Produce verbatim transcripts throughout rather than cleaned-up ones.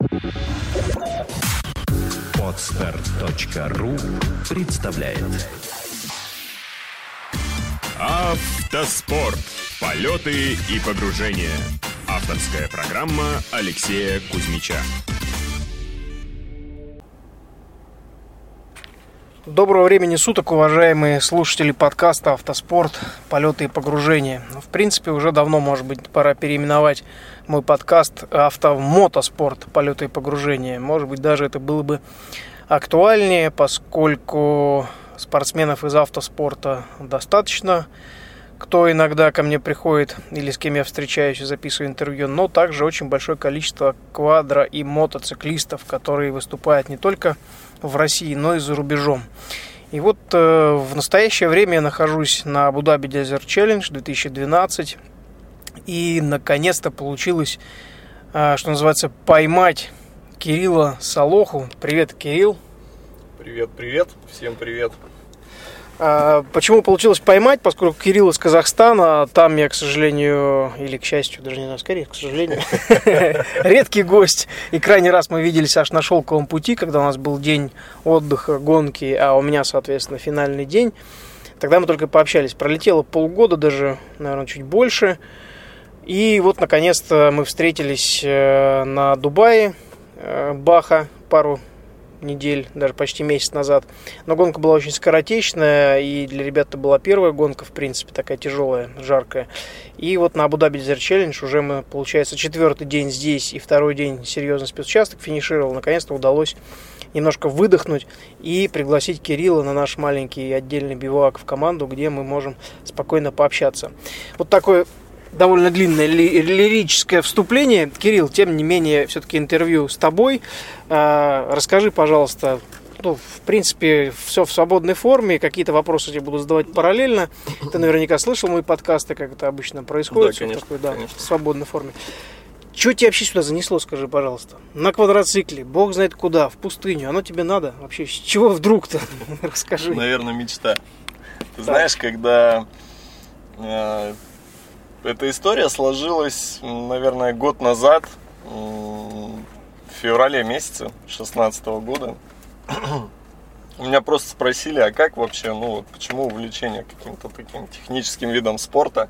Подстарт точка ру представляет Автоспорт. Полеты и погружения. Авторская программа Алексея Кузьмича. Доброго времени суток, уважаемые слушатели подкаста «Автоспорт. Полеты и погружения». В принципе, уже давно, может быть, пора переименовать мой подкаст «Автомотоспорт. Полеты и погружения». Может быть, даже это было бы актуальнее, поскольку спортсменов из автоспорта достаточно, кто иногда ко мне приходит или с кем я встречаюсь и записываю интервью, но также очень большое количество квадро- и мотоциклистов, которые выступают не только в России, но и за рубежом. И вот э, в настоящее время я нахожусь на Абу-Даби Desert Challenge две тысячи двенадцать, и наконец-то получилось, э, что называется, поймать Кирилла Солоху. Привет, Кирилл. Привет, привет, всем привет. Почему получилось поймать? Поскольку Кирилл из Казахстана, там я, к сожалению, или к счастью, даже не знаю, скорее, к сожалению, редкий гость. И крайний раз мы виделись аж на шелковом пути, когда у нас был день отдыха, гонки, а у меня, соответственно, финальный день. Тогда мы только пообщались. Пролетело полгода, даже, наверное, чуть больше. И вот, наконец-то, мы встретились на Дубае, Баха, пару недель, даже почти месяц назад. Но гонка была очень скоротечная, и для ребят это была первая гонка, в принципе, такая тяжелая, жаркая. И вот на Абу-Даби Desert Challenge уже мы, получается, четвертый день здесь и второй день серьезный спецучасток финишировал. Наконец-то удалось немножко выдохнуть и пригласить Кирилла на наш маленький отдельный бивуак в команду, где мы можем спокойно пообщаться. Вот такое довольно длинное ли, лирическое вступление. Кирилл, тем не менее, все-таки интервью с тобой. А, расскажи, пожалуйста, ну, в принципе, все в свободной форме. Какие-то вопросы я тебе буду задавать параллельно. Ты наверняка слышал мои подкасты, как это обычно происходит. Да, конечно, в такой, да, конечно. в свободной форме. Что тебя вообще сюда занесло, скажи, пожалуйста? На квадроцикле, бог знает куда, в пустыню. Оно тебе надо? Вообще, с чего вдруг-то? Расскажи. Наверное, мечта. Ты знаешь, когда э, эта история сложилась, наверное, год назад, в феврале месяце шестнадцатого года, у меня просто спросили, а как вообще, ну вот, почему увлечение каким-то таким техническим видом спорта?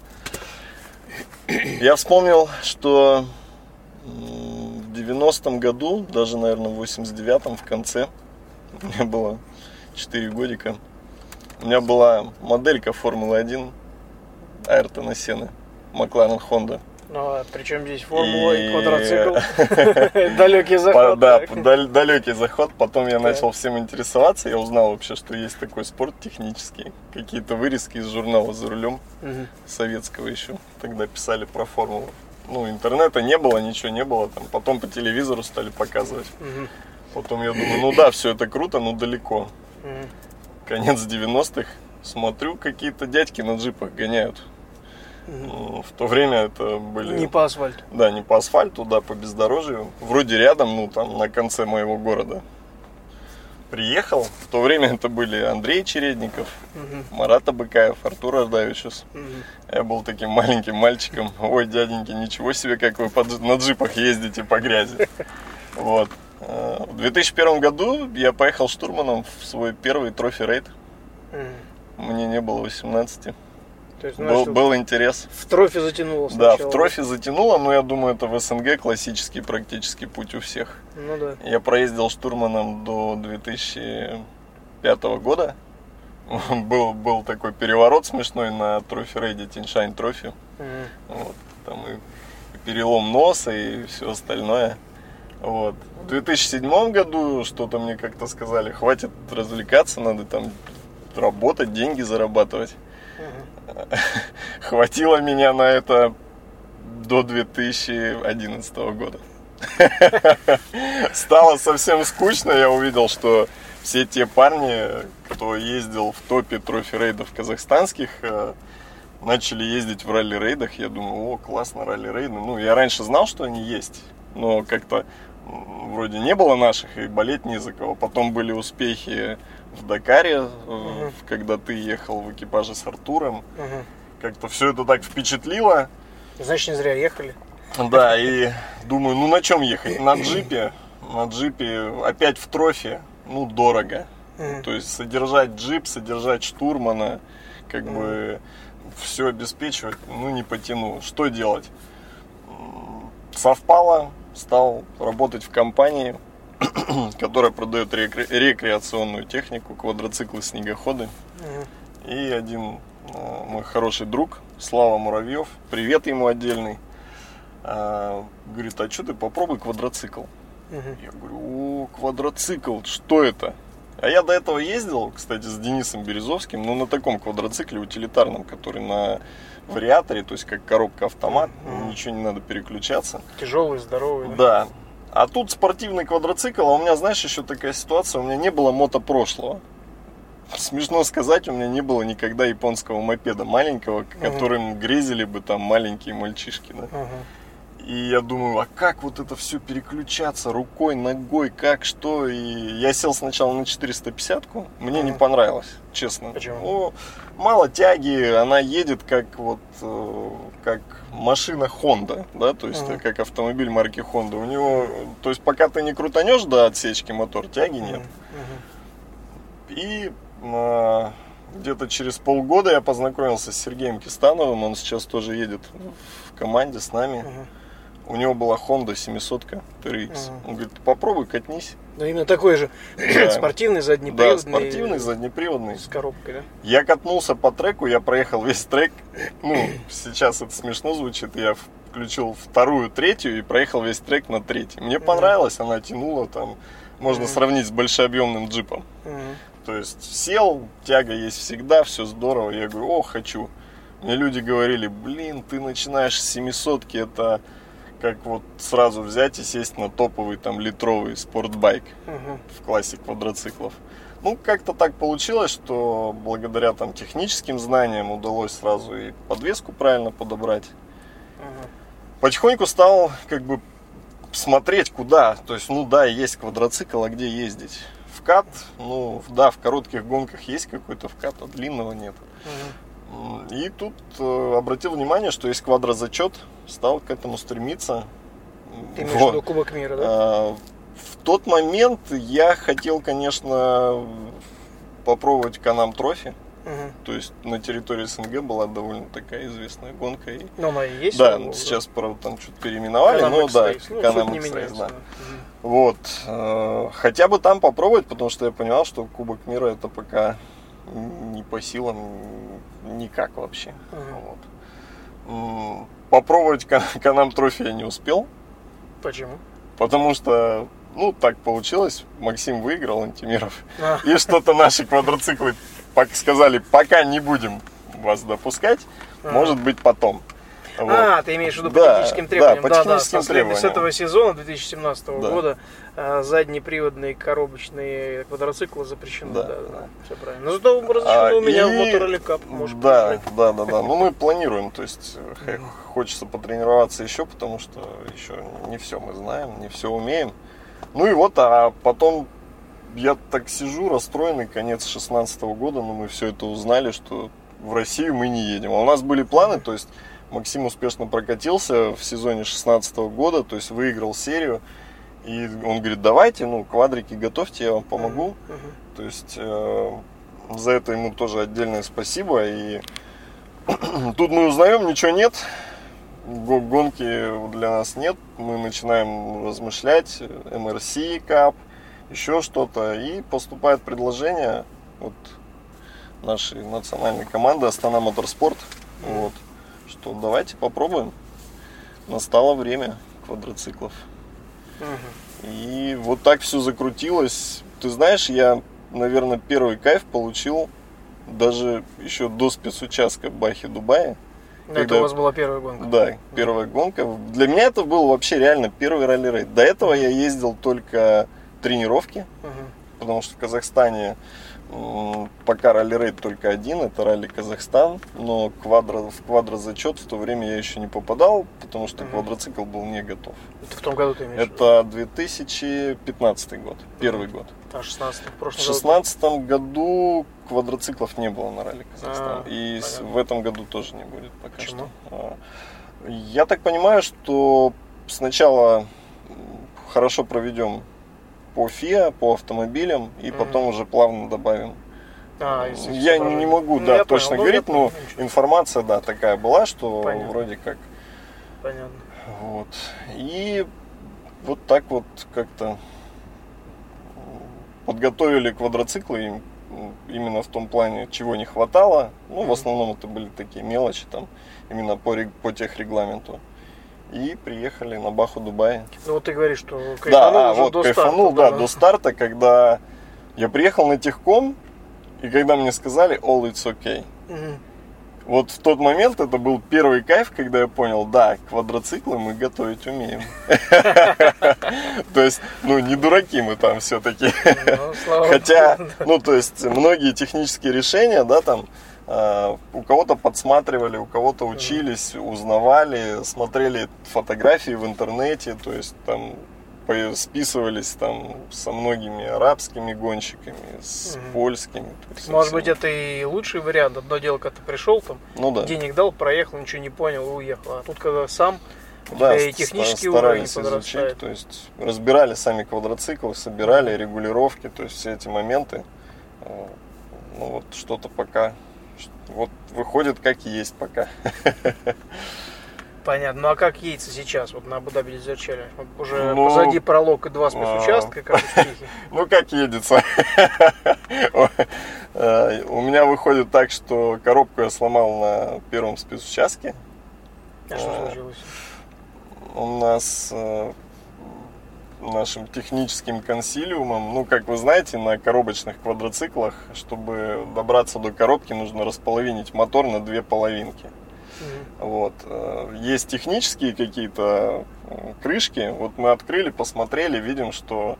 Я вспомнил, что в девяностом году, даже, наверное, в восемьдесят девятом в конце, мне было четыре годика, у меня была моделька Формулы один Айртона Сенны, Макларен Хонда. Ну, а при чем здесь формула и, и квадроцикл? Далекий заход. Да, далекий заход. Потом я начал всем интересоваться. Я узнал вообще, что есть такой спорт технический. Какие-то вырезки из журнала «За рулем» советского еще. Тогда писали про формулу. Ну, интернета не было, ничего не было. Там. Потом по телевизору стали показывать. Потом я думаю, ну да, все это круто, но далеко. Конец девяностых. Смотрю, какие-то дядьки на джипах гоняют. В то время это были... Не по асфальту. Да, не по асфальту, да, по бездорожью. Вроде рядом, ну там на конце моего города. Приехал. В то время это были Андрей Чередников, угу. Марат Абыкаев, Артур Ардавичус. Угу. Я был таким маленьким мальчиком. Ой, дяденьки, ничего себе, как вы под... на джипах ездите по грязи. Вот. В две тысячи первом году я поехал штурманом в свой первый трофи-рейд. Угу. Мне не было восемнадцати. То есть, знаешь, был, был интерес. В трофи затянуло сначала. Да, в трофи затянуло, но я думаю, это в СНГ классический практически путь у всех. Ну да. Я проездил штурманом до две тысячи пятого года. был, был такой переворот смешной на трофи-рейде Тиньшань Трофи. Mm. Вот, там и, и перелом носа, и все остальное. Вот. В две тысячи седьмом году что-то мне как-то сказали, хватит развлекаться, надо там работать, деньги зарабатывать. Хватило меня на это до две тысячи одиннадцатого года. Стало совсем скучно. Я увидел, что все те парни, кто ездил в топе трофи-рейдов казахстанских, начали ездить в ралли-рейдах. Я думаю, о, классно, ралли-рейды. Ну, я раньше знал, что они есть, но как-то вроде не было наших, и болеть не за кого. Потом были успехи в Дакаре, uh-huh. когда ты ехал в экипаже с Артуром. Uh-huh. Как-то все это так впечатлило. Значит, не зря ехали. Да, и думаю, ну на чем ехать? На джипе. на джипе, опять в трофе, ну, дорого. Mm-hmm. То есть содержать джип, содержать штурмана, как mm-hmm. бы все обеспечивать, ну, не потяну. Что делать? Совпало, стал работать в компании, которая продает рекре- рекреационную технику, квадроциклы, снегоходы. Mm-hmm. И один э, мой хороший друг, Слава Муравьев, привет ему отдельный, э, говорит, а что ты попробуй квадроцикл. Mm-hmm. Я говорю, о, квадроцикл, что это? А я до этого ездил, кстати, с Денисом Березовским, но на таком квадроцикле утилитарном, который на вариаторе, то есть как коробка-автомат, mm-hmm. ничего не надо переключаться. Тяжелый, здоровый. Да. Да. А тут спортивный квадроцикл, а у меня, знаешь, еще такая ситуация, у меня не было мотопрошлого. Смешно сказать, у меня не было никогда японского мопеда маленького, uh-huh. которым грезили бы там маленькие мальчишки, да. Uh-huh. И я думаю, а как вот это все переключаться рукой, ногой, как, что? И я сел сначала на четыреста пятьдесятку, мне uh-huh. не понравилось, честно. Почему? Ну, мало тяги, она едет как вот, как машина Honda, да, то есть uh-huh. как автомобиль марки Honda. У него, то есть пока ты не крутанешь до отсечки мотор, тяги нет. Uh-huh. И а, где-то через полгода я познакомился с Сергеем Кистановым, он сейчас тоже едет в команде с нами. Uh-huh. У него была Honda семьсот ти эр икс. Uh-huh. Он говорит, попробуй, катнись. Ну, именно такой же да. спортивный, заднеприводный. Да, спортивный, заднеприводный. С коробкой, да? Я катнулся по треку, я проехал весь трек. Ну, сейчас это смешно звучит. Я включил вторую, третью и проехал весь трек на третьей. Мне uh-huh. понравилось, она тянула там. Можно uh-huh. сравнить с большеобъемным джипом. Uh-huh. То есть сел, тяга есть всегда, все здорово. Я говорю, о, хочу. Мне люди говорили, блин, ты начинаешь с семисотки, это как вот сразу взять и сесть на топовый там литровый спортбайк uh-huh. в классе квадроциклов. Ну, как-то так получилось, что благодаря там техническим знаниям удалось сразу и подвеску правильно подобрать. Uh-huh. Потихоньку стал как бы смотреть, куда. То есть, ну да, есть квадроцикл, а где ездить? Вкат, ну да, в коротких гонках есть какой-то вкат, а длинного нет. Uh-huh. И тут э, обратил внимание, что есть квадрозачет, стал к этому стремиться. Ты имеешь в виду Кубок мира, да? А, в тот момент я хотел, конечно, попробовать Can-Am Trophy. Uh-huh. То есть на территории СНГ была довольно такая известная гонка. И... Но она и есть? Да, была, сейчас, да? Правда, там что-то переименовали, но да, Can-Am X-Race, да. Uh-huh. Вот, э, хотя бы там попробовать, потому что я понял, что Кубок мира это пока не по силам никак вообще. Uh-huh. Вот. Попробовать Can-Am Trophy я не успел. Почему? Потому что, ну, так получилось, Максим выиграл, Антимиров, uh-huh. и что-то наши квадроциклы сказали, пока не будем вас допускать, uh-huh. может быть потом. Вот. А, ты имеешь в виду по да, техническим требованиям? Да, по техническим да, да. требованиям. С этого сезона две тысячи семнадцатого да. года а, заднеприводные коробочные квадроциклы запрещены. Да, да, да, да. да. Все правильно. Но зато разрешено а, у меня и... в Моторолли Cup. Можешь да, приезжать. да, да, да. Ну мы планируем, то есть хочется потренироваться еще, потому что еще не все мы знаем, не все умеем. Ну и вот, а потом я так сижу расстроенный, конец шестнадцатого года, но мы все это узнали, что в Россию мы не едем. А у нас были планы, то есть Максим успешно прокатился в сезоне шестнадцатого года, то есть выиграл серию. И он говорит, давайте, ну, квадрики готовьте, я вам помогу. Uh-huh. То есть э, за это ему тоже отдельное спасибо. И тут мы узнаем, ничего нет, гонки для нас нет. Мы начинаем размышлять, эм эр си Cup, еще что-то. И поступает предложение от нашей национальной команды Астана Моторспорт. Uh-huh. Вот. Что давайте попробуем. Настало время квадроциклов. Uh-huh. И вот так все закрутилось. Ты знаешь, я, наверное, первый кайф получил даже еще до спецучастка в Бахе-Дубае. Это когда... у вас была первая гонка? Да, первая uh-huh. гонка. Для меня это был вообще реально первый ралли-рейд. До этого я ездил только тренировки, uh-huh. потому что в Казахстане пока ралли-рейд только один, это ралли Казахстан, но квадро, в квадрозачет в то время я еще не попадал, потому что uh-huh. квадроцикл был не готов. Это в том году ты имеешь? Это две тысячи пятнадцатый год, первый uh-huh. год. А шестнадцатый, в прошлом В шестнадцатом году квадроциклов не было на ралли Казахстан, а, и понятно. В этом году тоже не будет пока Почему? Что. Я так понимаю, что сначала хорошо проведем по ФИА, по автомобилям, и mm-hmm. потом уже плавно добавим. А, я не могу, ну, да, точно понял, говорить, но ничего. Информация, да, такая была, что Понятно. Вроде как. Понятно. Вот. И вот так вот как-то подготовили квадроциклы именно в том плане, чего не хватало. Ну, в основном это были такие мелочи, там, именно по, по техрегламенту. И приехали на Баху-Дубай. Ну вот ты говоришь, что кайфанул да, а, уже вот, до кайфанул, старта. Да, до старта, когда я приехал на техком, и когда мне сказали all it's okay. Угу. Вот в тот момент это был первый кайф, когда я понял, да, квадроциклы мы готовить умеем. То есть, ну, не дураки мы там все-таки. Хотя, ну, то есть, многие технические решения, да, там, у кого-то подсматривали, у кого-то учились, узнавали, смотрели фотографии в интернете, то есть, там, списывались там со многими арабскими гонщиками, с mm-hmm. польскими. Может быть, это и лучший вариант. Одно дело, когда ты пришел, там, ну, да. денег дал, проехал, ничего не понял и уехал. А тут, когда сам, да, и технический уровень подрастает. Изучить, то есть разбирали сами квадроциклы, собирали mm-hmm. регулировки, то есть все эти моменты. Ну вот что-то пока, вот выходит как есть пока. Понятно. Ну а как едется сейчас, вот на Абу-Даби Desert Challenge? Уже ну, позади пролог и два спецучастка, как успехи? Ну как едется? У меня выходит так, что коробку я сломал на первом спецучастке. А что случилось? У нас нашим техническим консилиумом, ну как вы знаете, на коробочных квадроциклах, чтобы добраться до коробки, нужно располовинить мотор на две половинки. Mm-hmm. Вот. Есть технические какие-то крышки. Вот мы открыли, посмотрели, видим, что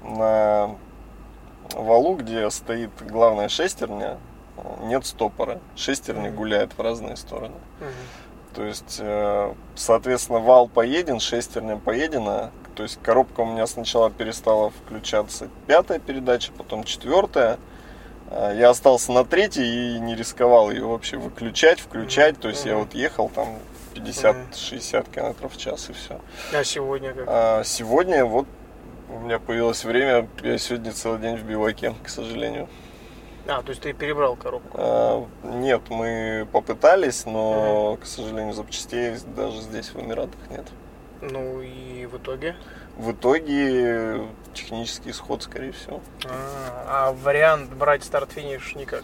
на валу, где стоит главная шестерня, нет стопора. Шестерня mm-hmm. гуляет в разные стороны. Mm-hmm. То есть, соответственно, вал поеден, шестерня поедена. То есть коробка у меня сначала перестала включаться, пятая передача, потом четвертая. Я остался на третьей и не рисковал ее вообще выключать, включать. То есть mm-hmm. я вот ехал там пятьдесят-шестьдесят километров в час и все. А сегодня как? А сегодня вот у меня появилось время, я сегодня целый день в биваке, к сожалению. А, то есть ты перебрал коробку? А, нет, мы попытались, но, mm-hmm. к сожалению, запчастей даже здесь в Эмиратах нет. Ну и в итоге? В итоге технический исход, скорее всего. А, а вариант брать старт-финиш никак?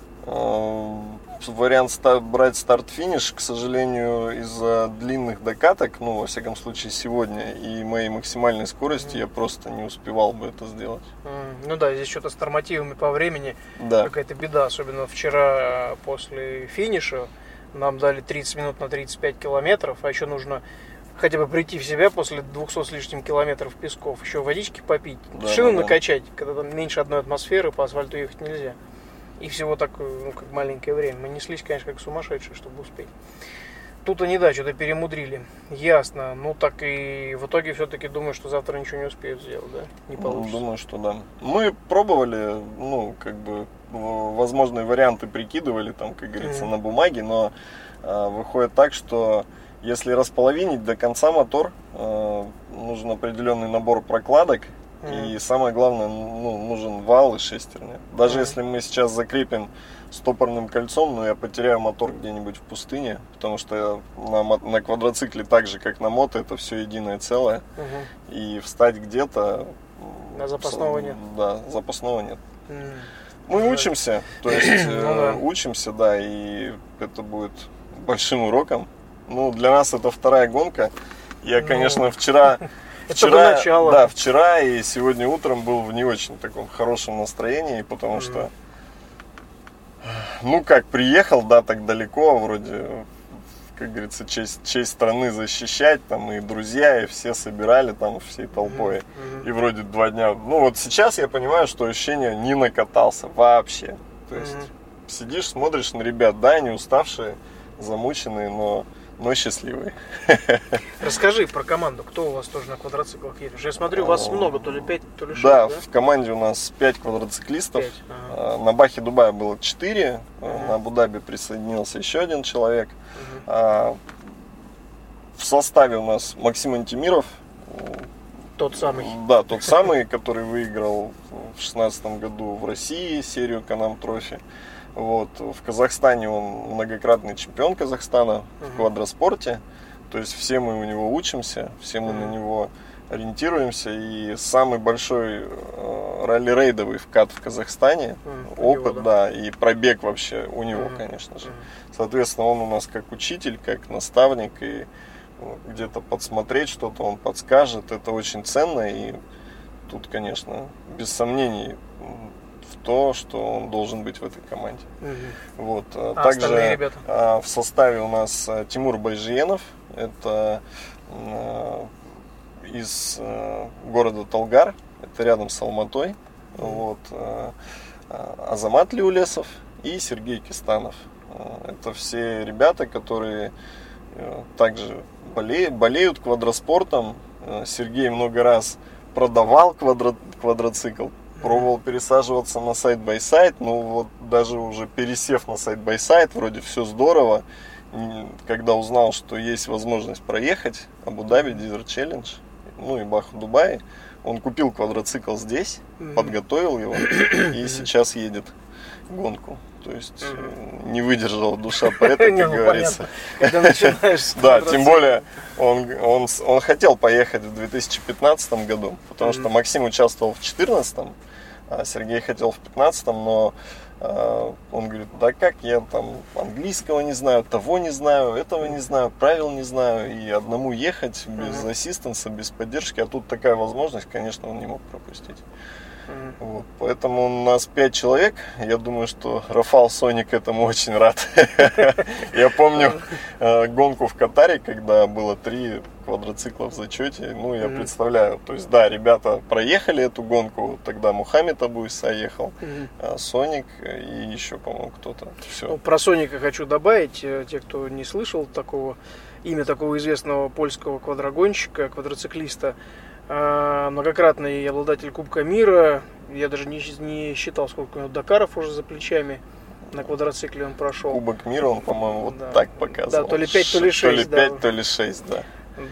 А, вариант ста- брать старт-финиш, к сожалению, из-за длинных докаток, ну, во всяком случае, сегодня, и моей максимальной скорости, mm. я просто не успевал бы это сделать. Mm. Ну да, здесь что-то с нормативами по времени, да. какая-то беда. Особенно вчера после финиша нам дали тридцать минут на тридцать пять километров, а еще нужно хотя бы прийти в себя после двухсот с лишним километров песков, еще водички попить, да, шину да, накачать, когда там меньше одной атмосферы, по асфальту ехать нельзя. И всего так, ну, как маленькое время. Мы неслись, конечно, как сумасшедшие, чтобы успеть. Тут они, да, что-то перемудрили. Ясно. Ну, так и в итоге все-таки думаю, что завтра ничего не успеют сделать, да? Не получится. Ну, думаю, что да. Мы пробовали, ну, как бы, возможные варианты прикидывали, там, как говорится, mm-hmm. на бумаге, но э, выходит так, что если располовинить до конца мотор, э, нужен определенный набор прокладок. Mm-hmm. И самое главное, ну, нужен вал и шестерня. Даже mm-hmm. если мы сейчас закрепим стопорным кольцом, но я потеряю мотор где-нибудь в пустыне, потому что на, на квадроцикле так же, как на мото, это все единое целое. Mm-hmm. И встать где-то... А запасного нет? Да, запасного нет. Mm-hmm. Мы учимся, то есть э, учимся, да, и это будет большим уроком. Ну, для нас это вторая гонка. Я, конечно, вчера... Вчера, да, вчера и сегодня утром был в не очень таком хорошем настроении, потому mm-hmm. что, ну как, приехал, да, так далеко, вроде, как говорится, честь, честь страны защищать, там и друзья, и все собирали там всей толпой, mm-hmm. и вроде два дня, ну вот сейчас я понимаю, что ощущение не накатался вообще, то есть mm-hmm. сидишь, смотришь на ребят, да, они уставшие, замученные, но... но счастливый. Расскажи про команду, кто у вас тоже на квадроциклах едет? Я смотрю, у вас много, то ли пять, то ли шесть. Да, да? В команде у нас пять квадроциклистов. пять. Ага. На Бахе-Дубае было четыре, ага. на Абу-Даби присоединился еще один человек. Ага. В составе у нас Максим Антимиров, Тот самый. Да, тот самый, который выиграл в шестнадцатом году в России серию Канам Трофи. Вот. В Казахстане он многократный чемпион Казахстана uh-huh. в квадроспорте. То есть все мы у него учимся, все мы uh-huh. на него ориентируемся. И самый большой э, ралли-рейдовый вкат в Казахстане, uh-huh. опыт, него, да. да, и пробег вообще у него, uh-huh. конечно же. Uh-huh. Соответственно, он у нас как учитель, как наставник, и где-то подсмотреть что-то он подскажет. Это очень ценно, и тут, конечно, без сомнений в то, что он должен быть в этой команде. Угу. Вот. А также а, в составе у нас Тимур Байжиенов, это а, из а, города Талгар, это рядом с Алматой. Угу. Вот. А, Азамат Леулесов и Сергей Кистанов. А, это все ребята, которые а, также болеют, болеют квадроспортом. А, Сергей много раз продавал квадро, квадроцикл, пробовал пересаживаться на сайд-бай-сайд, но вот даже уже пересев на сайд-бай-сайд, вроде все здорово. Когда узнал, что есть возможность проехать Абу-Даби Desert Challenge, ну и Баху Дубай, он купил квадроцикл здесь, mm-hmm. подготовил его и сейчас едет гонку. То есть mm-hmm. не выдержала душа поэта, как говорится. Когда начинаешь. Да, тем более он, он, он хотел поехать в две тысячи пятнадцатом году, потому mm-hmm. что Максим участвовал в две тысячи четырнадцатом, а Сергей хотел в две тысячи пятнадцатом, но э, он говорит, да как, я там английского не знаю, того не знаю, этого не знаю, правил не знаю, и одному ехать без mm-hmm. ассистенса, без поддержки, а тут такая возможность, конечно, он не мог пропустить. Mm-hmm. Вот, поэтому у нас пять человек. Я думаю, что Рафал Соник этому очень рад. Я помню гонку в Катаре, когда было три квадроцикла в зачете. Ну, я представляю. То есть, да, ребята проехали эту гонку. Тогда Мухаммед Абу-Иса ехал, Соник и еще, по-моему, кто-то. Ну, про Соника хочу добавить. Те, кто не слышал такого, имя такого известного польского квадрогонщика, квадроциклиста. Многократный обладатель Кубка мира. Я даже не, не считал, сколько у него Дакаров уже за плечами. На квадроцикле он прошел. Кубок мира он, по-моему, вот да. так показывал. Да, то ли пять, то ли шесть. То ли пять, да. то ли шесть, да.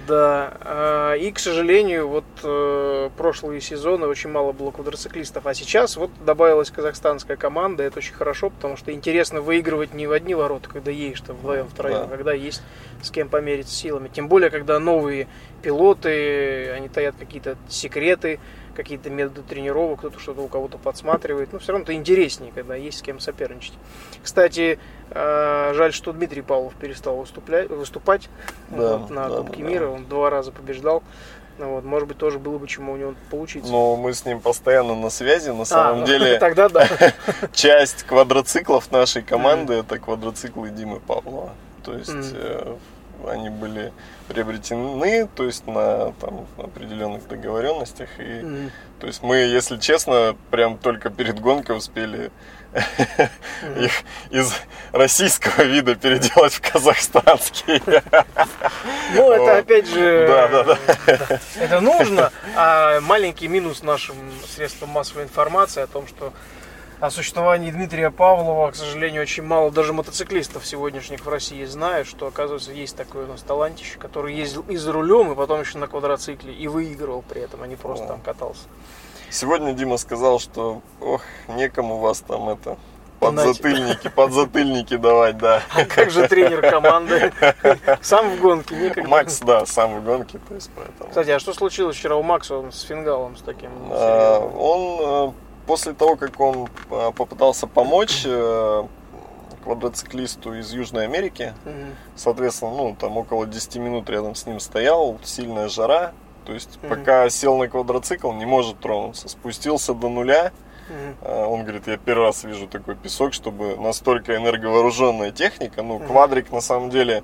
Да. И, к сожалению, вот прошлые сезоны очень мало было квадроциклистов. А сейчас вот добавилась казахстанская команда. Это очень хорошо, потому что интересно выигрывать не в одни ворота, когда едешь там вдвоем, втроем, да. когда есть с кем помериться силами. Тем более, когда новые пилоты, они таят какие-то секреты, какие-то методы тренировок, кто-то что-то у кого-то подсматривает. Но все равно это интереснее, когда есть с кем соперничать. Кстати, жаль, что Дмитрий Павлов перестал выступлять, выступать да, вот, на да, Кубке да. мира. Он два раза побеждал. Вот, может быть, тоже было бы чему у него получиться. Но мы с ним постоянно на связи. На самом а, деле, тогда да. часть квадроциклов нашей команды mm. это квадроциклы Димы Павлова. То есть mm. э, они были приобретены, то есть на там, определенных договоренностях. И, mm. То есть мы, если честно, прям только перед гонкой успели mm. их из российского вида переделать в казахстанский. Ну, это опять же, да, да, да. это нужно. А маленький минус нашим средствам массовой информации о том, что о существовании Дмитрия Павлова, к сожалению, очень мало даже мотоциклистов сегодняшних в России знают, что, оказывается, есть такой у нас талантище, который ездил и за рулем, и потом еще на квадроцикле, и выигрывал при этом, а не просто О. там катался. Сегодня Дима сказал, что ох, некому вас там это подзатыльники, подзатыльники давать, да. А как же тренер команды? Сам в гонке, некогда. Макс, да, сам в гонке, то есть поэтому. Кстати, а что случилось вчера у Макса с фингалом, с таким? А, он после того, как он попытался помочь квадроциклисту из Южной Америки, угу. соответственно, ну там около десять минут рядом с ним стоял, сильная жара. То есть, mm-hmm. пока сел на квадроцикл, не может тронуться. Спустился до нуля. Mm-hmm. Он говорит, я первый раз вижу такой песок, чтобы настолько энерговооруженная техника. Ну, mm-hmm. квадрик, на самом деле,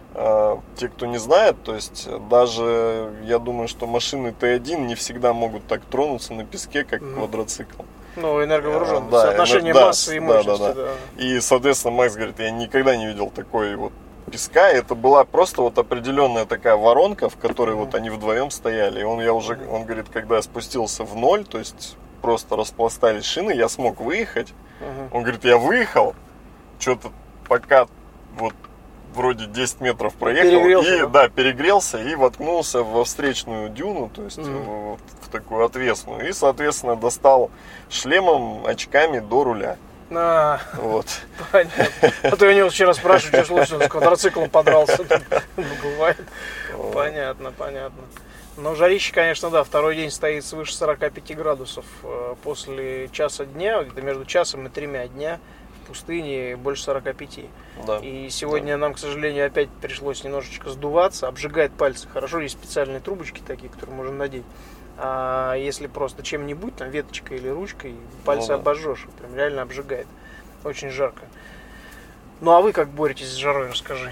те, кто не знает, то есть, даже, я думаю, что машины Т один не всегда могут так тронуться на песке, как mm-hmm. квадроцикл. Ну, энерговооруженность, да, соотношение энер... массы да, и мощности. Да, да, да. Да. И, соответственно, Макс говорит, я никогда не видел такой вот песка, это была просто вот определенная такая воронка, в которой mm-hmm. вот они вдвоем стояли. И он, я уже, он говорит, когда я спустился в ноль, то есть просто распластались шины, я смог выехать. Mm-hmm. Он говорит, я выехал, что-то пока вот вроде десять метров проехал, перегрелся, и да? да, перегрелся и воткнулся во встречную дюну, то есть Mm. в, в такую отвесную. И, соответственно, достал шлемом, очками до руля. А, Вот. понятно. А ты у него вчера спрашиваешь, что случилось, он с квадроциклом подрался. Ну, бывает. Понятно, понятно. Но жарище, конечно, да, второй день стоит свыше сорока пяти градусов. После часа дня, где-то между часом и тремя дня в пустыне больше сорока пяти. Да. И сегодня нам, к сожалению, опять пришлось немножечко сдуваться. Обжигает пальцы. Хорошо, есть специальные трубочки такие, которые можно надеть. А если просто чем-нибудь, там, веточкой или ручкой, пальцы Ну да. обожжешь. Прям реально обжигает. Очень жарко. Ну, а вы как боретесь с жарой, расскажи.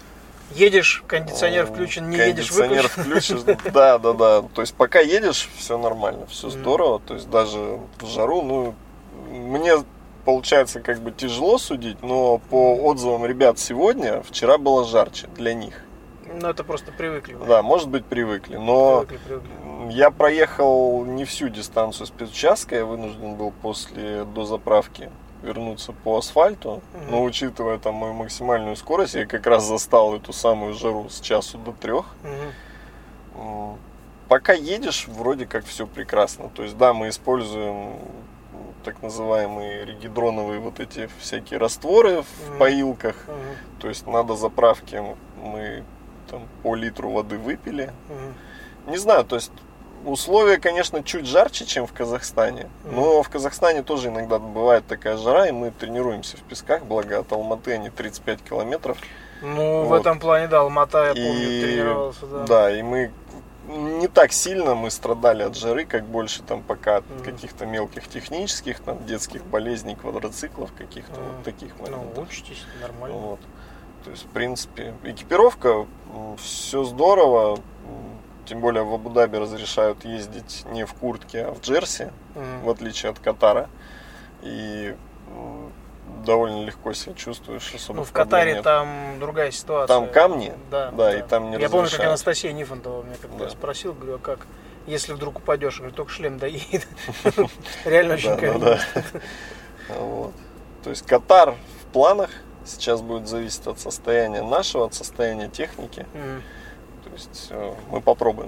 Едешь, кондиционер включен, не едешь, Кондиционер выключен. включишь, да, да, да. То есть пока едешь, все нормально, все Мгм. здорово. То есть даже в жару, ну, мне получается как бы тяжело судить, но по отзывам ребят сегодня, вчера было жарче для них. Ну, это просто привыкли. Да, может быть, привыкли, но Привыкли, привыкли. я проехал не всю дистанцию спецучастка, я вынужден был после дозаправки вернуться по асфальту, Мгм. но учитывая там мою максимальную скорость, я как раз застал эту самую жару с часу до трех. Мгм. М, Пока едешь, вроде как все прекрасно. То есть, да, мы используем так называемые регидроновые вот эти всякие растворы в Мгм. поилках. Мгм. То есть, надо заправки мы там по литру воды выпили. Мгм. Не знаю, то есть условия, конечно, чуть жарче, чем в Казахстане. Но в Казахстане тоже иногда бывает такая жара, и мы тренируемся в песках, благо от Алматы они тридцать пять километров. Ну, в Вот. этом плане, да, Алмата, я помню, И- тренировался, да. Да, и мы не так сильно мы страдали от жары, как больше там пока от Мгм. каких-то мелких технических, там, детских болезней, квадроциклов, каких-то Мгм. вот таких Ну, моментов. учитесь, нормально. Вот. То есть, в принципе, экипировка, все здорово. м, Тем более в Абу-Даби разрешают ездить не в куртке, а в джерси, Мгм. в отличие от Катара. И м, довольно легко себя чувствуешь. Особо Ну, в проблем Катаре нет. там другая ситуация. Там камни, да, да, и там не Я помню, как разрешают. Анастасия Нифонтова меня как-то Да. спросила, говорю, а как, если вдруг упадешь? Я говорю, только шлем доедет. Реально очень Да, да, камень. да. Вот. То есть Катар в планах. Сейчас будет зависеть от состояния нашего, от состояния техники. Мгм. То есть э, мы попробуем.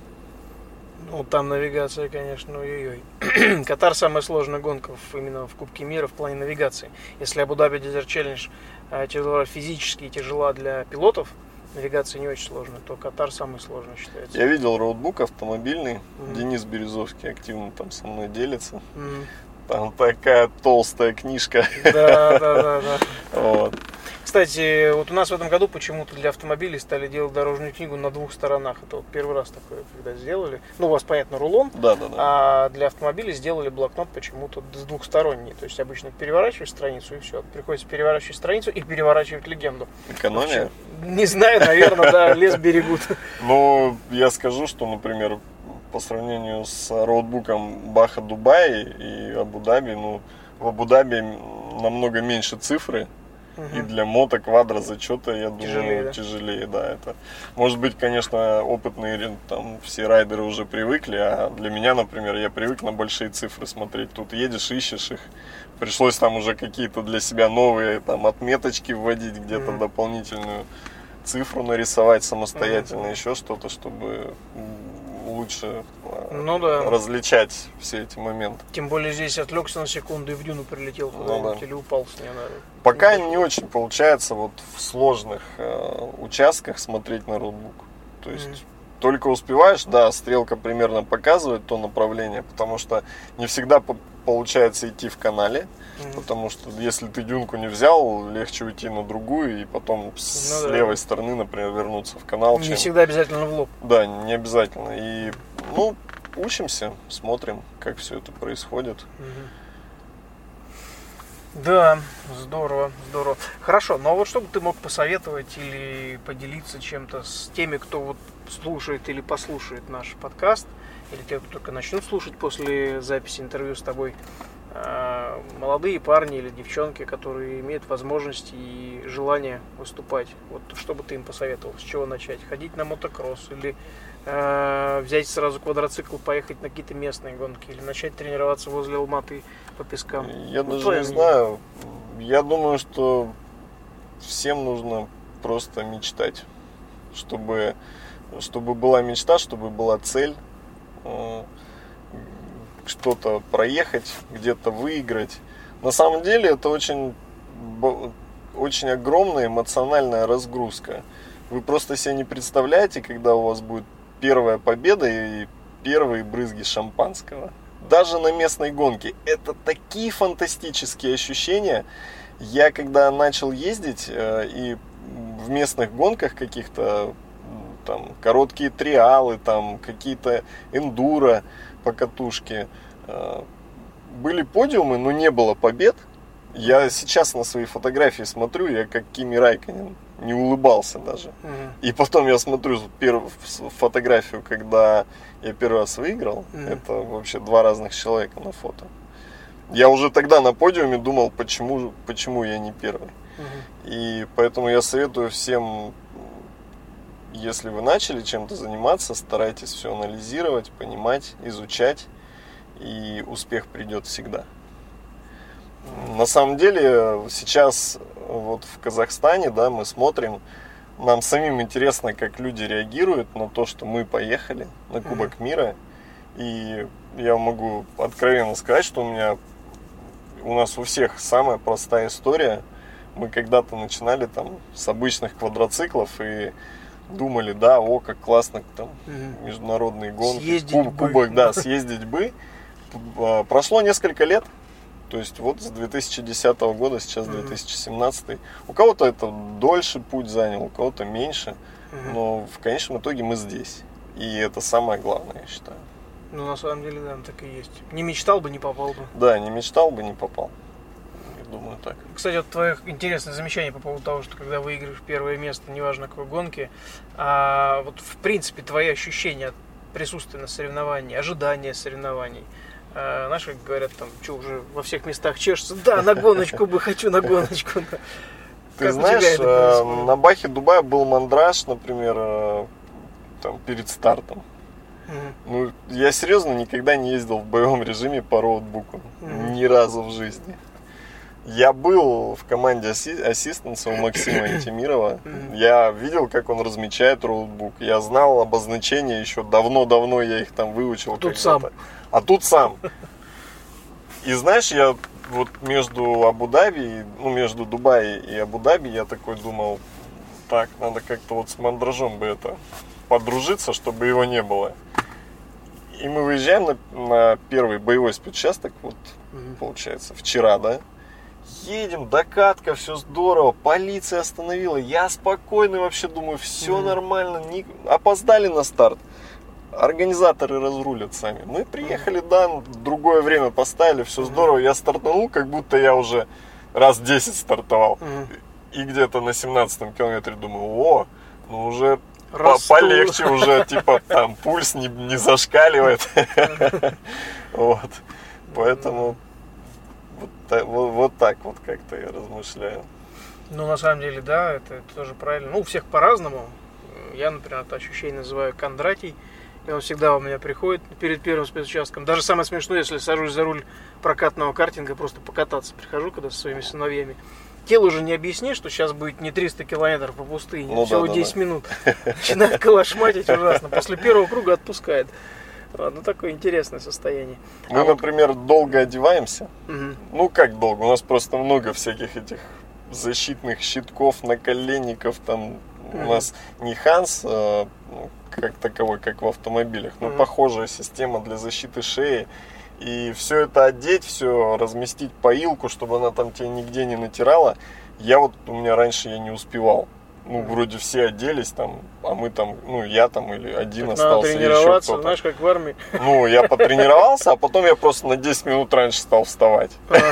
Ну, там навигация, конечно, ой-ой-ой. Катар самая сложная гонка в- именно в Кубке мира в плане навигации. Если Абу-Даби Desert Challenge э, тяжела физически и тяжела для пилотов, навигация не очень сложная, то Катар самый сложный считается. Я видел роутбук автомобильный. Мгм. Денис Березовский активно там со мной делится. Мгм. Там такая толстая книжка. Да, да, да, да. Вот. Кстати, вот у нас в этом году почему-то для автомобилей стали делать дорожную книгу на двух сторонах. Это вот первый раз такое, когда сделали. Ну, у вас, понятно, рулон, Да, да, да. а для автомобилей сделали блокнот почему-то с двухсторонний. То есть обычно переворачиваешь страницу и все. Приходится переворачивать страницу и переворачивать легенду. Экономия. Не знаю, наверное, да, лес берегут. Ну, я скажу, что, например, по сравнению с роутбуком Баха Дубай и Абу-Даби, ну, в Абу-Даби намного меньше цифры. И для мото, квадро, зачета, я думаю, Тяжелее, да? тяжелее, да. Это, может быть, конечно, опытные там все райдеры уже привыкли, а для меня, например, я привык на большие цифры смотреть. Тут едешь, ищешь их. Пришлось там уже какие-то для себя новые там отметочки вводить, где-то Мгм. дополнительную цифру нарисовать самостоятельно, Мгм. еще что-то, чтобы м, лучше а, Ну да. различать все эти моменты. Тем более здесь отвлекся на секунду и в дюну прилетел Ну куда-нибудь да. или упал с нее, наверное. Пока не очень получается вот в сложных э, участках смотреть на роутбук. То есть Мгм. только успеваешь, да, стрелка примерно показывает то направление, потому что не всегда по- получается идти в канале, Мгм. потому что если ты дюнку не взял, легче уйти на другую и потом с Ну да. левой стороны, например, вернуться в канал. Не чем- всегда обязательно в лоб. Да, не обязательно. И, ну, учимся, смотрим, как все это происходит. Мгм. Да, здорово, здорово. Хорошо, ну а вот что бы ты мог посоветовать или поделиться чем-то с теми, кто вот слушает или послушает наш подкаст, или те, кто только начнут слушать после записи интервью с тобой, а, молодые парни или девчонки, которые имеют возможность и желание выступать. Вот что бы ты им посоветовал, с чего начать? Ходить на мотокросс или э, взять сразу квадроцикл, поехать на какие-то местные гонки, или начать тренироваться возле Алматы по пескам? Я Ну, даже твое не мнение. знаю. Я думаю, что всем нужно просто мечтать. Чтобы, чтобы была мечта, чтобы была цель, что-то проехать, где-то выиграть. На самом деле это очень, очень огромная эмоциональная разгрузка. Вы просто себе не представляете, когда у вас будет первая победа и первые брызги шампанского. Даже на местной гонке. Это такие фантастические ощущения. Я когда начал ездить и в местных гонках каких-то, там, короткие триалы, там, какие-то эндуро, покатушки, были подиумы, но не было побед. Я сейчас на свои фотографии смотрю, я как Кими Райконен, не улыбался даже. Uh-huh. И потом я смотрю первую фотографию, когда я первый раз выиграл. Uh-huh. Это вообще два разных человека на фото. Я уже тогда на подиуме думал, почему, почему я не первый. Uh-huh. И поэтому я советую всем, если вы начали чем-то заниматься, старайтесь все анализировать, понимать, изучать, и успех придет всегда. На самом деле сейчас вот в Казахстане, да, мы смотрим, нам самим интересно, как люди реагируют на то, что мы поехали на Кубок mm-hmm. мира. И я могу откровенно сказать, что у меня, у нас у всех самая простая история. Мы когда-то начинали там с обычных квадроциклов и думали, да, о, как классно там mm-hmm. международные гонки, куб, кубок, да, съездить бы. Прошло несколько лет. То есть вот с две тысячи десятого года, сейчас две тысячи семнадцатый. Mm-hmm. У кого-то это дольше путь занял, у кого-то меньше. Mm-hmm. Но в конечном итоге мы здесь. И это самое главное, я считаю. Ну, на самом деле, да, так и есть. Не мечтал бы, не попал бы. Да, не мечтал бы, не попал. Я думаю, так. Кстати, вот твое интересное замечание по поводу того, что когда выиграешь первое место, неважно какой гонке, а вот в принципе твои ощущения от присутствия на соревновании, ожидания соревнований. Знаешь, как говорят, там, что уже во всех местах чешется, да, на гоночку бы, хочу на гоночку. Ты как знаешь, на Бахе Дубая был мандраж, например, там, перед стартом. Mm-hmm. Ну, я серьезно никогда не ездил в боевом режиме по роутбуку. Mm-hmm. Ни разу в жизни. Я был в команде ассистенса у Максима Антимирова. Mm-hmm. Я видел, как он размечает роутбук. Я знал обозначения еще давно-давно, я их там выучил. Тут сам. А тут сам. И знаешь, я вот между Абу-Даби, ну, между Дубаем и Абу-Даби, я такой думал, так, надо как-то вот с мандражом бы это подружиться, чтобы его не было. И мы выезжаем на, на первый боевой спецучасток, вот, угу. получается, вчера, да? Едем, докатка, все здорово, полиция остановила, я спокойный вообще думаю, все угу. нормально, не... опоздали на старт. Организаторы разрулят сами. Мы приехали, да, другое время поставили, все здорово. Я стартанул, как будто я уже раз десять стартовал. И где-то на семнадцатом километре думаю, о, ну уже по полегче, уже типа там пульс не, не зашкаливает. Вот. Поэтому вот, вот, вот так вот как-то я размышляю. Ну, на самом деле, да, это, это тоже правильно. Ну, у всех по-разному. Я, например, это ощущение называю Кондратий. И он всегда у меня приходит перед первым спецучастком. Даже самое смешное, если сажусь за руль прокатного картинга, просто покататься прихожу, когда со своими сыновьями. Телу уже не объясни, что сейчас будет не триста километров по пустыне, ну, всего да, десять да, минут. Начинает колошматить ужасно. После первого круга отпускает. Ну, такое интересное состояние. Мы, а например, вот... долго одеваемся. Угу. Ну, как долго? У нас просто много всяких этих защитных щитков, наколенников. Там угу. у нас не Ханс, а, как таковой, как в автомобилях, но угу. похожая система для защиты шеи. И все это одеть, все разместить поилку, чтобы она там тебе нигде не натирала. Я вот, у меня раньше я не успевал. Ну, вроде все оделись там, а мы там, ну, я там или один так остался. Надо тренироваться, знаешь, как в армии. Ну, я потренировался, а потом я просто на десять минут раньше стал вставать.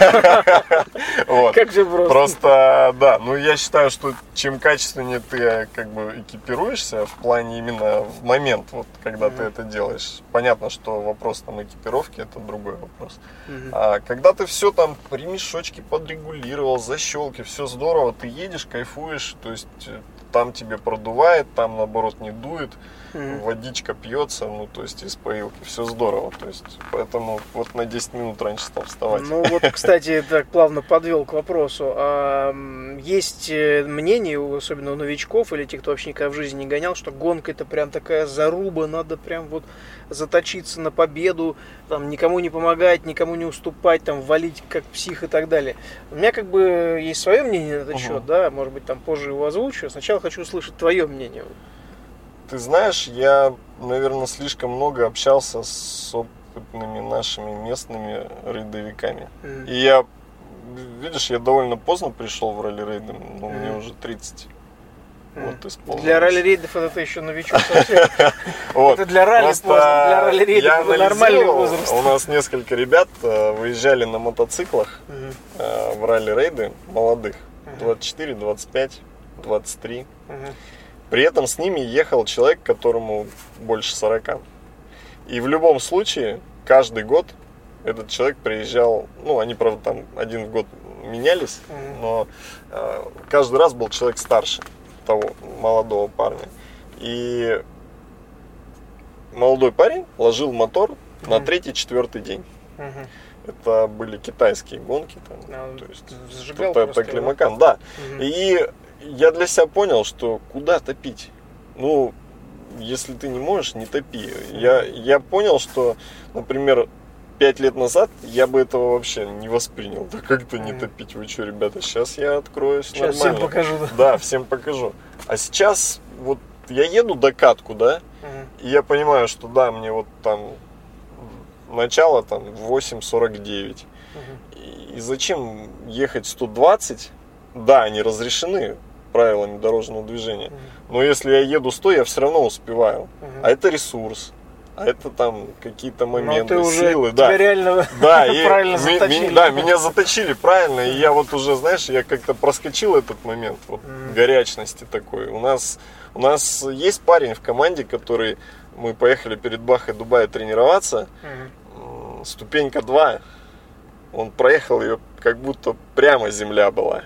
Как же просто. Просто, да, ну, я считаю, что чем качественнее ты как бы экипируешься в плане именно в момент, вот, когда ты это делаешь. Понятно, что вопрос там экипировки, это другой вопрос. А когда ты все там, ремешочки подрегулировал, защелки, все здорово, ты едешь, кайфуешь, то есть там тебе продувает, там наоборот не дует, Мгм. водичка пьется, ну то есть из поилки, все здорово, то есть поэтому вот на десять минут раньше стал вставать. Ну вот, кстати, так плавно подвел к вопросу. А, м, есть э, мнение, у- особенно у новичков или тех, кто вообще никогда в жизни не гонял, что гонка это прям такая заруба, надо прям вот заточиться на победу, там никому не помогать, никому не уступать, там валить как псих и так далее. У меня как бы есть свое мнение на этот Мгм. счет, да, может быть там позже его озвучу. Сначала хочу услышать твое мнение. Ты знаешь, я, наверное, слишком много общался с опытными нашими местными рейдовиками. Мгм. И я, видишь, я довольно поздно пришел в ралли-рейды, но мне Мгм. уже тридцать. Мгм. Вот, исполнилось. Для ралли-рейдов это ты еще новичок совсем. Вот. Это для ралли Просто поздно, для ралли-рейдов я это нормальный анализировал, возраст. У нас несколько ребят э, выезжали на мотоциклах Мгм. э, в ралли-рейды молодых. Мгм. двадцать четыре, двадцать пять, двадцать три. Мгм. При этом с ними ехал человек, которому больше сорока. И в любом случае, каждый год этот человек приезжал, ну, они, правда, там один в год менялись, Мгм. но э, каждый раз был человек старше того молодого парня. И молодой парень ложил мотор на Мгм. третий-четвертый день. Мгм. Это были китайские гонки, там, А, то есть зажигал это просто, климакан, да. Мгм. И я для себя понял, что куда топить? Ну, если ты не можешь, не топи. Я, я понял, что, например, пять лет назад я бы этого вообще не воспринял. Да как это не Мгм. топить? Вы что, ребята, сейчас я откроюсь Сейчас нормально. всем покажу. Да. Да, всем покажу. А сейчас вот я еду до катку, да, Мгм. и я понимаю, что да, мне вот там начало там восемь сорок девять. Мгм. И зачем ехать сто двадцать? Да, они разрешены правилами дорожного движения. Мгм. Но если я еду сто, я все равно успеваю. Мгм. А это ресурс. А это там какие-то Но моменты, ты уже, силы. тебя Да, реально да, и правильно ми- ми- заточили. да, меня заточили правильно. И я вот уже, знаешь, я как-то проскочил этот момент вот, Мгм. горячности такой. У нас, у нас есть парень в команде, который... Мы поехали перед Бахой Дубая тренироваться. Мгм. М, Ступенька два. Он проехал ее, как будто прямо земля была.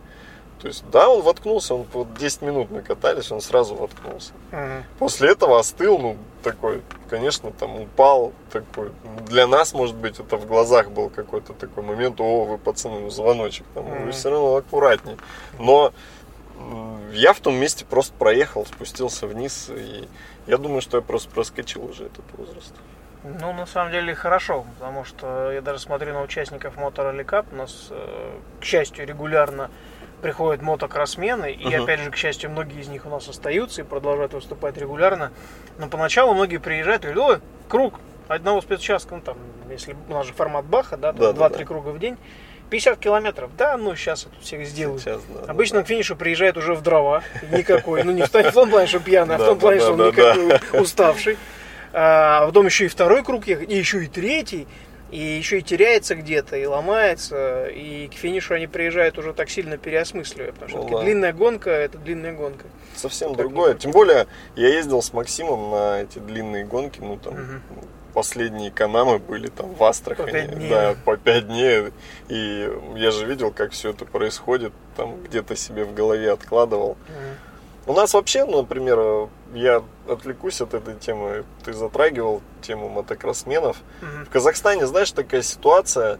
То есть, да, он воткнулся, он вот десять минут мы катались, он сразу воткнулся. Мгм. После этого остыл, ну, такой, конечно, там упал, такой. Для нас, может быть, это в глазах был какой-то такой момент, о, вы, пацаны, ну, звоночек, там, Мгм. вы все равно аккуратней. Но м, я в том месте просто проехал, спустился вниз, и я думаю, что я просто проскочил уже этот возраст. Ну, на самом деле, хорошо, потому что я даже смотрю на участников Motor Rally Cup. У нас, э, к счастью, регулярно приходят мотокроссмены, и, Мгм. опять же, к счастью, многие из них у нас остаются и продолжают выступать регулярно. Но поначалу многие приезжают и говорят: ой, круг одного спецучастка, ну, там, если у нас же формат Баха, да, там Да, да, два-три да. круга в день, пятьдесят километров, да, ну, сейчас это всех сделаю. Сейчас, да, Обычно да, к финишу приезжает уже в дрова, никакой, ну не в том плане, что пьяный, а в Да, том да, плане, да, что он да, никакой уставший. А потом еще и второй круг ехать, и еще и третий, и еще и теряется где-то, и ломается, и к финишу они приезжают уже так сильно переосмысливая, потому что Ну все-таки да. длинная гонка – это длинная гонка. совсем Так другое. не Тем более, я ездил с Максимом на эти длинные гонки, ну там Мгм. последние канамы были там в Астрахани, По пять дней, да, да. по пять дней. И я же видел, как все это происходит, там где-то себе в голове откладывал. У нас вообще, ну, например, я отвлекусь от этой темы, ты затрагивал тему мотокроссменов. Мгм. В Казахстане, знаешь, такая ситуация,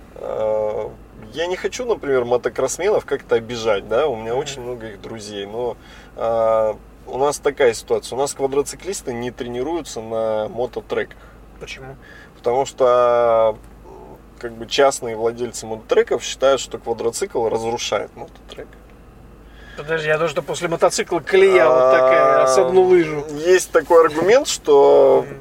э, я не хочу, например, мотокроссменов как-то обижать, да, у меня Мгм. очень много их друзей, но э, у нас такая ситуация, у нас квадроциклисты не тренируются на мототреках, Почему? потому что э, как бы частные владельцы мототреков считают, что квадроцикл разрушает мототрек. Подожди, я думаю, что после мотоцикла колея вот такая, А, с одну лыжу. Есть такой аргумент, что Мгм.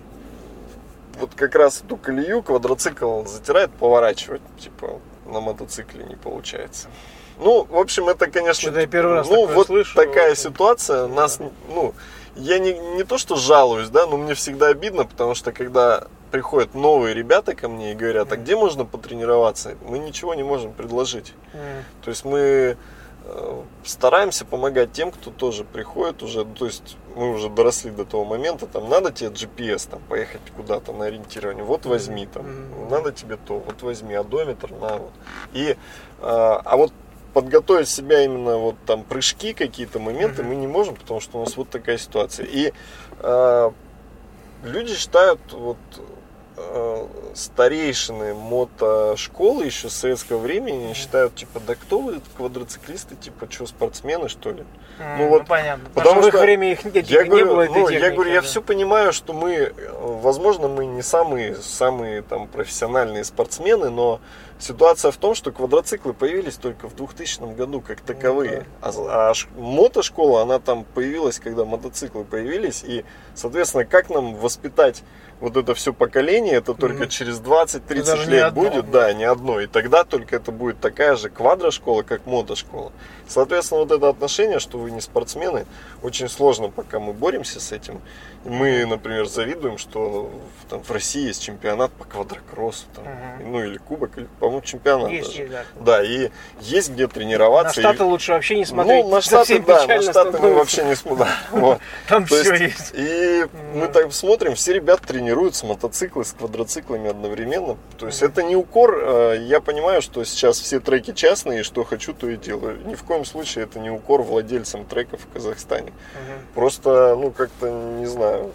вот как раз эту колею квадроцикл затирает, поворачивать, типа, на мотоцикле не получается. Ну, в общем, это, конечно, Что-то я первый раз ну, такое вот слышу. такая Вот. ситуация, нас, ну, я не, не то, что жалуюсь, да, но мне всегда обидно, потому что, когда приходят новые ребята ко мне и говорят, а где можно потренироваться, мы ничего не можем предложить. Мгм. То есть мы э, стараемся помогать тем, кто тоже приходит уже, ну, то есть мы уже доросли до того момента, там надо тебе джи пи эс, там поехать куда-то на ориентирование, вот возьми там, Мгм. надо тебе то, вот возьми, одометр, на вот. И, э, а вот подготовить себя именно вот там прыжки, какие-то моменты Мгм. мы не можем, потому что у нас вот такая ситуация. И э, люди считают, вот э, старейшины мотошколы еще с советского времени считают, типа, да кто вы, квадроциклисты, типа, что, спортсмены, что ли? М, Ну вот, понятно. потому Потому что в что их время их никаких Я не говорю, было этой ну, техники. я говорю, я да. все понимаю, что мы, э, возможно, мы не самые, самые там профессиональные спортсмены, но ситуация в том, что квадроциклы появились только в двухтысячном году как таковые. А, а ш- мотошкола, она там появилась, когда мотоциклы появились. И, соответственно, как нам воспитать вот это все поколение, это только Мгм. через двадцать-тридцать Даже не лет одно, будет, да. да, не одно. И тогда только это будет такая же квадрошкола, как мотошкола. Соответственно, вот это отношение, что вы не спортсмены, очень сложно, пока мы боремся с этим. И мы, например, завидуем, что в, там, в России есть чемпионат по квадрокроссу, там, Мгм. ну или кубок, или, по-моему, чемпионат Есть, даже. есть, да. Да, и есть где На тренироваться. Штаты и- лучше вообще не смотреть. Ну, на Штаты, совсем да, на печально Штаты мы становится. вообще не смотрим. Вот. Там То все есть, есть. И мы так смотрим, все ребята тренируются, мотоциклы с квадроциклами одновременно. То есть это не укор. э, Я понимаю, что сейчас все треки частные, и что хочу, то и делаю. Ни в коем случае это не укор владельцам треков в Казахстане. Мгм. Просто, ну, как-то, не знаю.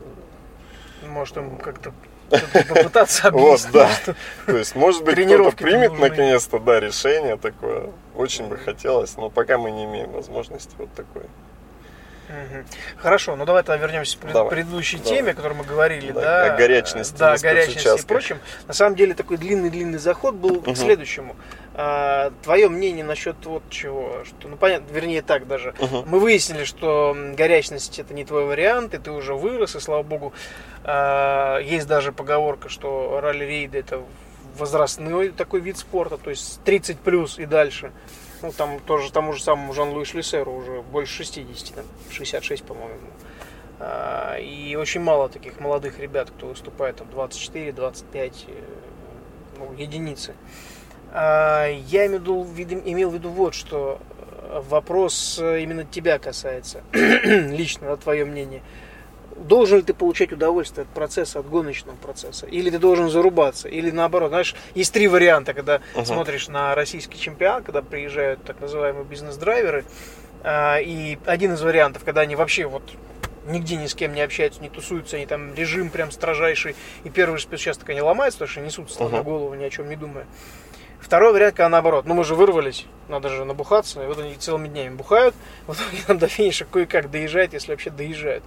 Может, им как-то попытаться Вот, объяснить, да. что То есть, может быть, кто-то Тренировки-то примет нужны. наконец-то, да, решение такое. Очень бы хотелось, но пока мы не имеем возможности вот такой. Мгм. Хорошо, ну давай тогда вернемся к пред- Давай, предыдущей давай. теме, о которой мы говорили, Да, да, о горячности да, на о горячности и спецучастках. прочем. На самом деле такой длинный-длинный заход был к следующему. А, твое мнение насчет вот чего, что, ну понятно, вернее так даже. Мгм. Мы выяснили, что м, горячность это не твой вариант, и ты уже вырос, и слава богу, а, есть даже поговорка, что ралли-рейды это возрастной такой вид спорта, то есть тридцать плюс и дальше. Ну, там тоже тому же самому Жан-Луи Шлиссеру уже больше шестидесяти, там, шестьдесят шесть, по-моему. А, И очень мало таких молодых ребят, кто выступает там двадцать четыре двадцать пять, э, ну, единицы. А, Я имел в виду, видим- имел в виду вот, что э, вопрос э, именно тебя касается, лично, да, твое мнение. Должен ли ты получать удовольствие от процесса, от гоночного процесса? Или ты должен зарубаться? Или наоборот, знаешь, есть три варианта, когда Мгм. смотришь на российский чемпионат, когда приезжают так называемые бизнес-драйверы. а, И один из вариантов, когда они вообще вот нигде ни с кем не общаются, не тусуются, они там режим прям строжайший, и первый же спецучасток они ломаются, потому что несут сломя Мгм. голову, ни о чем не думая. Второй вариант, когда наоборот, ну мы же вырвались, надо же набухаться, и вот они целыми днями бухают, вот они там до финиша кое-как доезжают, если вообще доезжают.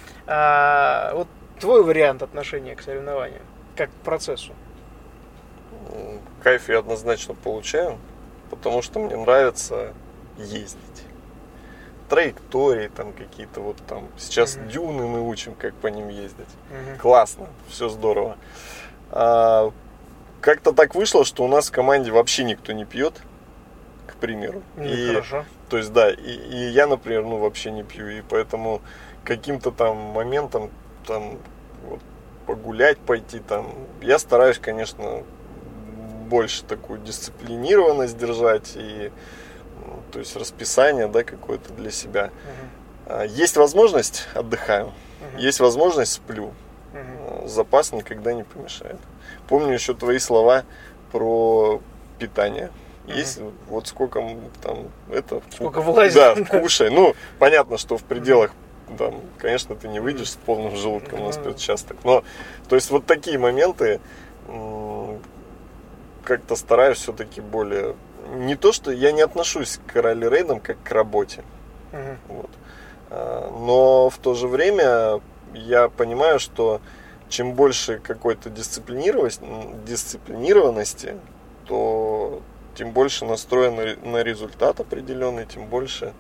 А, вот твой вариант отношения к соревнованию, как к процессу. М, Кайф я однозначно получаю, потому что мне нравится ездить. Траектории там какие-то вот там. Сейчас Мгм. дюны мы учим, как по ним ездить. Мгм. Классно, все здорово. А, как-то так вышло, что у нас в команде вообще никто не пьет, к примеру. Ну, И, хорошо. то есть, да, и, и я, например, ну вообще не пью, и поэтому каким-то там моментом там вот, погулять, пойти там, я стараюсь, конечно, больше такую дисциплинированность держать и, ну, то есть расписание, да, какое-то для себя. Мгм. А, Есть возможность, отдыхаю, Мгм. есть возможность, сплю. Мгм. Запас никогда не помешает. Помню еще твои слова про питание. Мгм. Есть вот сколько м, там это Сколько влазит. Да, кушай. Ну, понятно, что в пределах там, конечно, ты не выйдешь с полным желудком на Ну. спецучасток. Но, то есть, вот такие моменты м, как-то стараюсь все-таки более. Не то, что я не отношусь к ралли-рейдам как к работе. Мгм. Вот. А, Но в то же время я понимаю, что чем больше какой-то дисциплинированности, дисциплинированности, то тем больше настроен на- на результат определенный, тем больше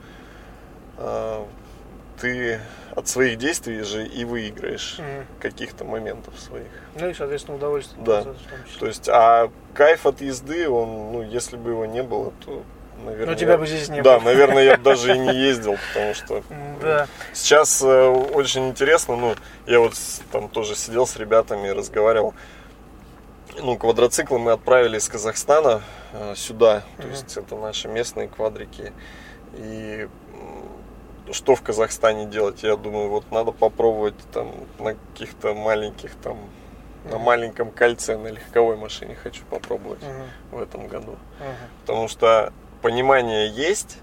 а, ты от своих действий же и выиграешь Мгм. каких-то моментов своих. Ну и, соответственно, удовольствие. Да. в том числе. То есть, а кайф от езды, он, ну, если бы его не было, то, наверное, Ну, тебя я- бы здесь не да, было. наверное, я бы даже и не ездил, потому что М, Да. сейчас э, очень интересно, ну, я вот с- там тоже сидел с ребятами и разговаривал. Ну, квадроциклы мы отправили из Казахстана э, сюда, то Мгм. есть это наши местные квадрики. И м, что в Казахстане делать? Я думаю, вот надо попробовать там на каких-то маленьких там, на Мгм. маленьком кольце, на легковой машине хочу попробовать Мгм. в этом году. Мгм. Потому что понимание есть,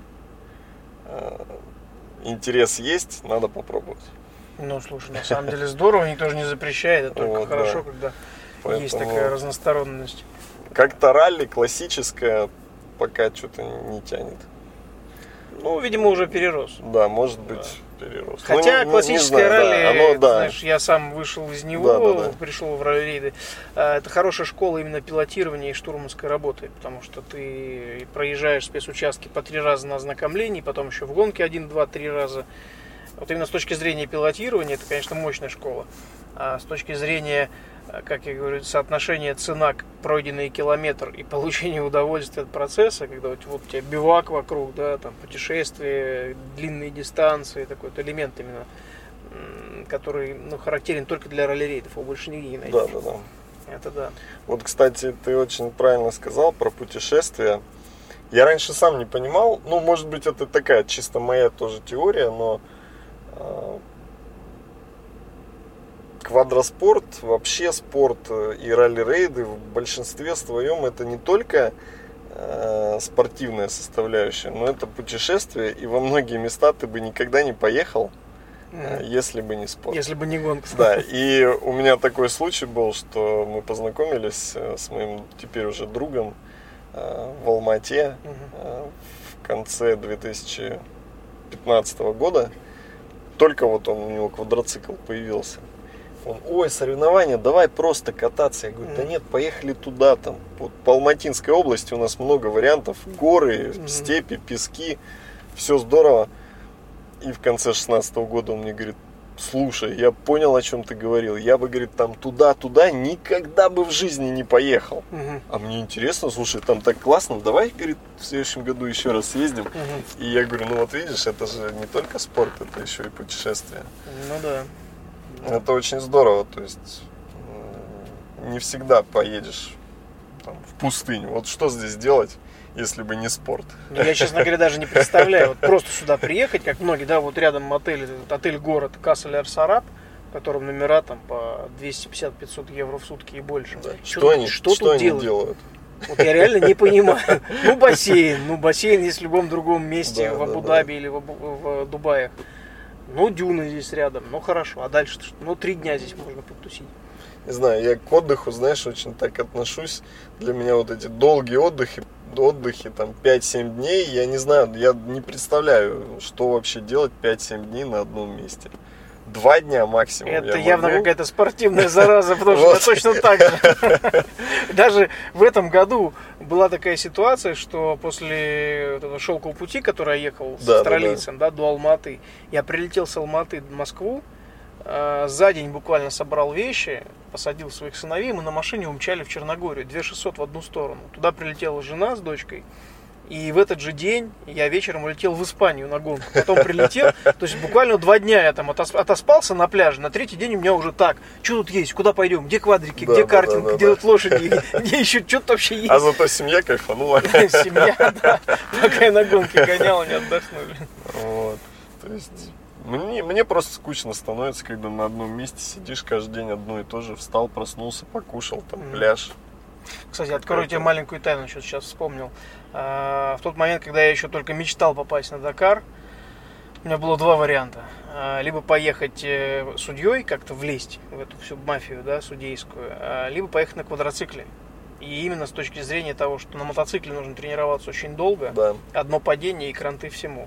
интерес есть, надо попробовать. Ну, слушай, на самом деле здорово, никто же не запрещает, это только Вот, хорошо, да. когда Поэтому есть такая разносторонность. Как-то ралли классическое пока что-то не тянет. Ну, видимо, уже перерос. Да, может быть, да. перерос. Хотя ну, не, классическое не знаю, ралли, да, оно, да. знаешь, я сам вышел из него, Да, да, да. пришел в ралли-рейды. Это хорошая школа именно пилотирования и штурманской работы, потому что ты проезжаешь спецучастки по три раза на ознакомлении, потом еще в гонке один, два, три раза. Вот именно с точки зрения пилотирования, это, конечно, мощная школа. А с точки зрения, как я говорю, соотношения цена, пройденный километр и получение удовольствия от процесса, когда вот, вот у тебя бивак вокруг, да, там путешествия, длинные дистанции, такой вот элемент именно, который, ну, характерен только для ралли-рейдов, его больше нигде не найти. Да, да, да. Это да. Вот, кстати, ты очень правильно сказал про путешествия. Я раньше сам не понимал, ну, может быть, это такая чисто моя тоже теория, но квадроспорт, вообще спорт и ралли-рейды в большинстве своем это не только э, спортивная составляющая, но это путешествие, и во многие места ты бы никогда не поехал, э, если бы не спорт. Если бы не гонка. Да, и у меня такой случай был, что мы познакомились с моим теперь уже другом э, в Алма-Ате э, в конце две тысячи пятнадцатого года. Только вот он, у него квадроцикл появился. Он, ой, соревнования, давай просто кататься. Я говорю, да нет, поехали туда, там. Вот по Алматинской области у нас много вариантов. Горы, mm-hmm. степи, пески. Все здорово. И в конце шестнадцатого года он мне говорит, слушай, я понял, о чем ты говорил. Я бы, говорит, там туда-туда никогда бы в жизни не поехал. Mm-hmm. А мне интересно, слушай, там так классно. Давай, говорит, в следующем году еще раз съездим. Mm-hmm. И я говорю, ну вот видишь, это же не только спорт, это еще и путешествие. Ну да. Это очень здорово, то есть не всегда поедешь там, в пустыню. Вот что здесь делать, если бы не спорт? Ну, я, честно говоря, даже не представляю. Вот просто сюда приехать, как многие, да, вот рядом отель, отель-город Кассель-Ар-Сараб, в котором номера там по двести пятьдесят - пятьсот евро в сутки и больше. Да. Что, что они, что что тут они делают? делают? Вот я реально не понимаю. Ну, бассейн. Ну, бассейн есть в любом другом месте, да, в да, Абу-Даби да. или в, Абу, в Дубае. Ну, дюны здесь рядом, ну хорошо, а дальше-то что? Ну, три дня здесь можно потусить. Не знаю, я к отдыху, знаешь, очень так отношусь. Для меня вот эти долгие отдыхи, отдыхи там пять-семь дней, я не знаю, я не представляю, что вообще делать пять-семь дней на одном месте. Два дня максимум. Это я явно могу. какая-то спортивная зараза, потому что я точно так же. Даже в этом году была такая ситуация, что после этого шелкового пути, который я ехал с австралийцем, да, до Алматы, я прилетел с Алматы в Москву, за день буквально собрал вещи, посадил своих сыновей, мы на машине умчали в Черногорию, две тысячи шестьсот в одну сторону. Туда прилетела жена с дочкой. И в этот же день я вечером улетел в Испанию на гонку. Потом прилетел, то есть буквально два дня я там отоспался на пляже. На третий день у меня уже так, что тут есть, куда пойдем, где квадрики, да, где да, картинг, да, да, где да. вот лошади, где еще что-то вообще есть. А зато семья кайфанула. Семья, да, пока я на гонке гонял, они отдохнули. Вот, то есть... Мне, мне просто скучно становится, когда на одном месте сидишь каждый день одно и то же. Встал, проснулся, покушал, там, пляж. Кстати, открою тебе маленькую тайну, что сейчас вспомнил. В тот момент, когда я еще только мечтал попасть на Дакар, у меня было два варианта. Либо поехать судьей, как-то влезть в эту всю мафию, да, судейскую, либо поехать на квадроцикле. И именно с точки зрения того, что на мотоцикле нужно тренироваться очень долго, да. Одно падение и кранты всему.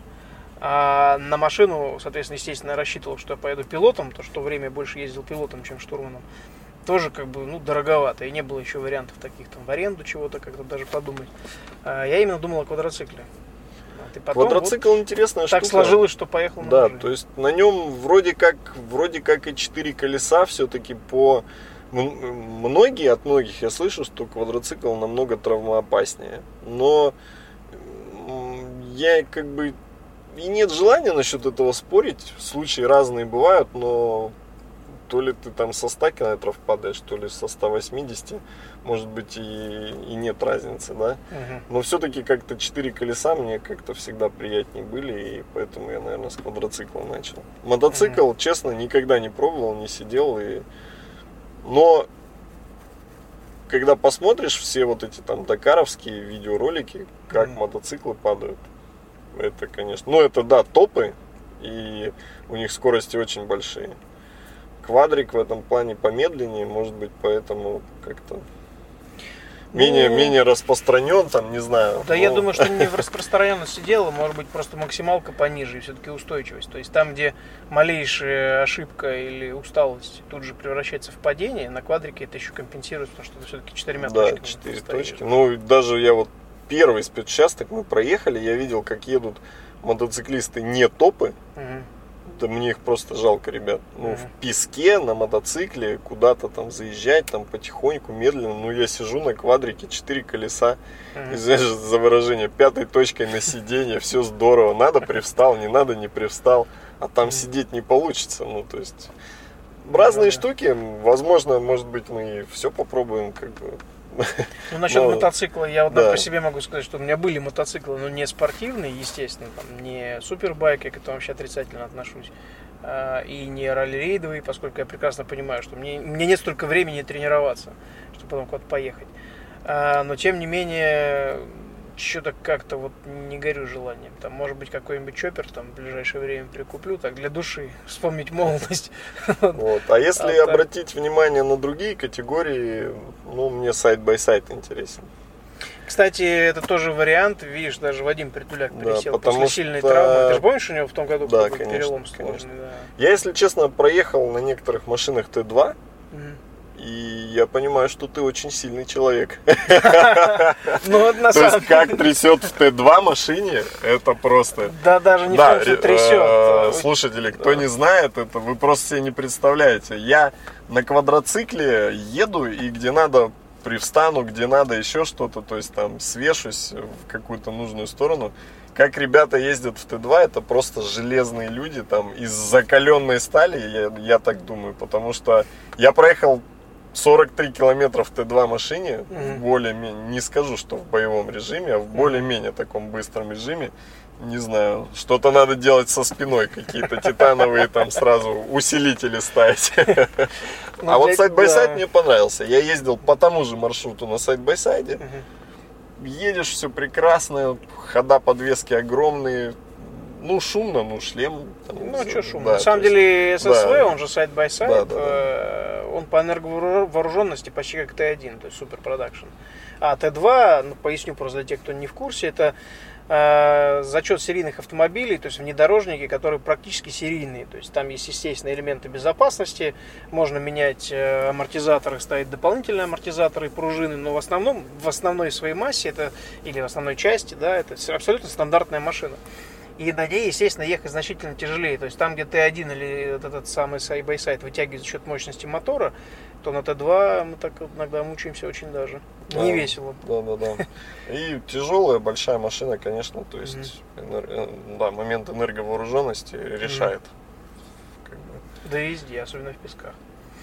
А на машину, соответственно, естественно, я рассчитывал, что я поеду пилотом, потому что в то время я больше ездил пилотом, чем штурманом. Тоже как бы, ну, дороговато, и не было еще вариантов таких там в аренду чего-то, как-то даже подумать. А я именно думал о квадроцикле. Вот, и потом Квадроцикл вот интересная так штука. сложилось, что поехал на Да, машине. то есть на нем вроде как, вроде как и четыре колеса, все-таки по... Многие, от многих я слышу, что квадроцикл намного травмоопаснее. Но я как бы... И нет желания насчет этого спорить. Случаи разные бывают, но то ли ты там со ста километров падаешь, то ли со ста восьмидесяти. Может быть, и, и нет разницы, да? Угу. Но все-таки как-то четыре колеса мне как-то всегда приятнее были, и поэтому я, наверное, с квадроцикла начал. Мотоцикл, угу. честно, никогда не пробовал, не сидел. И... Но когда посмотришь все вот эти там дакаровские видеоролики, как Mm. мотоциклы падают, это, конечно, ну это да, топы, и у них скорости очень большие. Квадрик в этом плане помедленнее, может быть, поэтому как-то менее, Ну, менее распространен, там, не знаю. Да, я но- думаю, что не в распространенности дело, может быть, просто максималка пониже и все-таки устойчивость. То есть там, где малейшая ошибка или усталость тут же превращается в падение, на квадрике это еще компенсируется, потому что это все-таки четырьмя Да, точками. четыре стоишь. точки. Ну, даже я вот первый спецучасток мы проехали, я видел, как едут мотоциклисты не топы. Мгм. Да мне их просто жалко, ребят. Ну, Мгм. в песке, на мотоцикле, куда-то там заезжать, там потихоньку, медленно. Ну, я сижу на квадрике, четыре колеса. Мгм. Извиняюсь за выражение, пятой точкой на сиденье, все здорово. Надо, привстал, не надо, не привстал. А там сидеть не получится. Ну, то есть, разные да. штуки. Возможно, может быть, мы и все попробуем, как бы. Ну, насчет Ну, мотоцикла, я вот да. по себе могу сказать, что у меня были мотоциклы, но не спортивные, естественно, там, не супербайк, я к этому вообще отрицательно отношусь, а, и не ралли-рейдовые, поскольку я прекрасно понимаю, что мне, мне нет столько времени тренироваться, чтобы потом куда-то поехать. А, но, тем не менее, что-то как-то вот не горю желанием. Там, может быть, какой-нибудь чоппер там в ближайшее время прикуплю, так, для души, вспомнить молодость. Вот. А если А так- обратить внимание на другие категории, ну, мне сайд-бай-сайд интересен. Кстати, это тоже вариант. Видишь, даже Вадим Притуляк Да, пересел потому после сильной что- травмы. Ты же помнишь, у него в том году Да, был конечно, перелом конечно. сложный? Да. Я, если честно, проехал на некоторых машинах Т два, Мгм. и я понимаю, что ты очень сильный человек. Ну, вот на То самом есть, как трясет в Т два машине, это просто... Да, даже не в Да, том, что э, трясет. слушатели, кто не знает, это вы просто себе не представляете. Я на квадроцикле еду, и где надо привстану, где надо еще что-то, то есть там свешусь в какую-то нужную сторону. Как ребята ездят в Т два, это просто железные люди, там, из закаленной стали, я, я так думаю, потому что я проехал сорок три километра в Т два машине, Мгм. в более-менее, не скажу, что в боевом режиме, а в более-менее таком быстром режиме. Не знаю, что-то надо делать со спиной, какие-то титановые там сразу усилители ставить. Ну, А вот для- сайд-бай-сайд да. мне понравился. Я ездил по тому же маршруту на сайд-бай-сайде. Мгм. Едешь, все прекрасно, хода подвески огромные. Ну, шумно, ну, шлем. там, Ну, всё, что шумно. да, На самом то есть- деле, ССВ, да. он же сайд-бай-сайд, Да, да, да. э, он по энерговооруженности почти как Т один, то есть супер продакшн. А Т два, ну, поясню просто для тех, кто не в курсе, это э, зачет серийных автомобилей, то есть внедорожники, которые практически серийные. То есть там есть, естественно, элементы безопасности, можно менять э, амортизаторы, ставить дополнительные амортизаторы и пружины, но в основном, в основной своей массе, это, или в основной части, да, это абсолютно стандартная машина. И на ней, естественно, ехать значительно тяжелее. То есть там, где Т один или вот этот самый сайд-бай-сайд вытягивает за счет мощности мотора, то на Т два мы так вот иногда мучаемся очень даже. Не Да. весело. Да, да, да. И тяжелая, большая машина, конечно, то есть энер- э, да, момент энерговооруженности решает. Как бы. Да и везде, особенно в песках.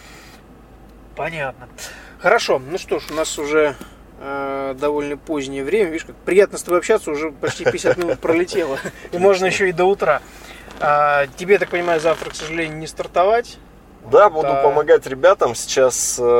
Понятно. Хорошо, ну что ж, у нас уже э, довольно позднее время. Видишь, как приятно с тобой общаться, уже почти пятьдесят минут пролетело. И можно еще и до утра. А, тебе, я так понимаю, завтра, к сожалению, не стартовать. Да, буду Да. помогать ребятам. Сейчас, э,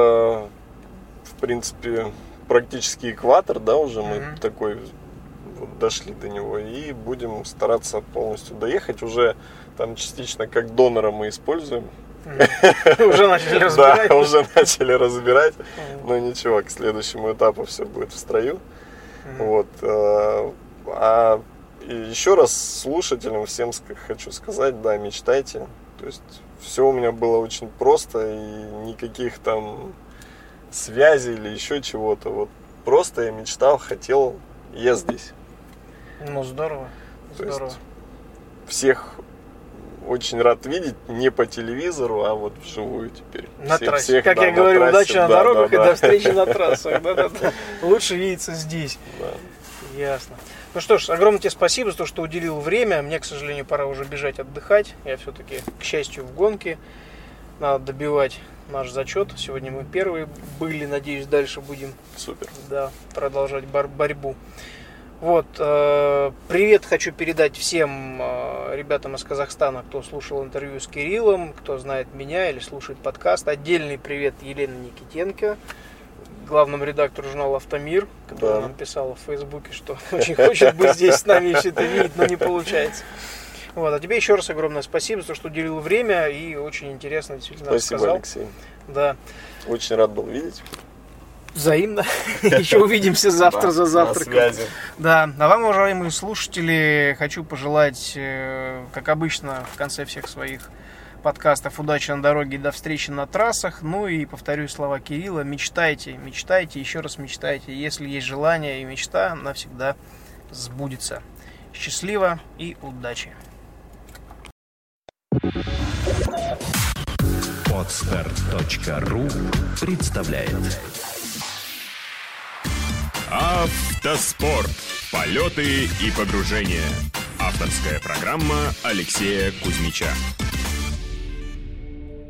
в принципе, практически экватор, да, уже мы Мгм. такой вот дошли до него. И будем стараться полностью доехать. Уже там частично как донора мы используем. Уже начали разбирать. Да, уже начали разбирать. Мгм. Но ничего, к следующему этапу все будет в строю. Мгм. Вот. э, А и еще раз слушателям всем ск- хочу сказать, да, мечтайте. То есть все у меня было очень просто и никаких там связей или еще чего-то. Вот просто я мечтал, хотел, и я здесь. Ну, здорово. То Здорово. есть всех очень рад видеть не по телевизору, а вот вживую теперь. На Всех- трассе. всех, Как да, я на говорю, трассе. удачи на Да, дорогах да, и да. до встречи на трассах. Да-да-да. Лучше видеться здесь. Да. Ясно. Ну что ж, огромное тебе спасибо за то, что уделил время. Мне, к сожалению, пора уже бежать отдыхать. Я все-таки, к счастью, в гонке. Надо добивать наш зачет. Сегодня мы первые были. Надеюсь, дальше будем Супер. да, продолжать бор- борьбу. Вот, э, привет хочу передать всем э, ребятам из Казахстана, кто слушал интервью с Кириллом, кто знает меня или слушает подкаст. Отдельный привет Елене Никитенко, главному редактору журнала «Автомир», который Да. нам писал в Фейсбуке, что очень хочет быть здесь с нами и все это видеть, но не получается. Вот. А тебе еще раз огромное спасибо за то, что уделил время и очень интересно действительно Спасибо, рассказал. Алексей. Да. Очень рад был видеть. Взаимно. Еще увидимся завтра Да, за завтраком. На связи. Да, а вам, уважаемые слушатели, хочу пожелать, э, как обычно, в конце всех своих подкастов удачи на дороге и до встречи на трассах. Ну и повторю слова Кирилла: мечтайте, мечтайте, еще раз мечтайте. Если есть желание и мечта, навсегда сбудется. Счастливо и удачи! Подстарт точка ру представляет Автоспорт. Полеты и погружения. Авторская программа Алексея Кузьмича.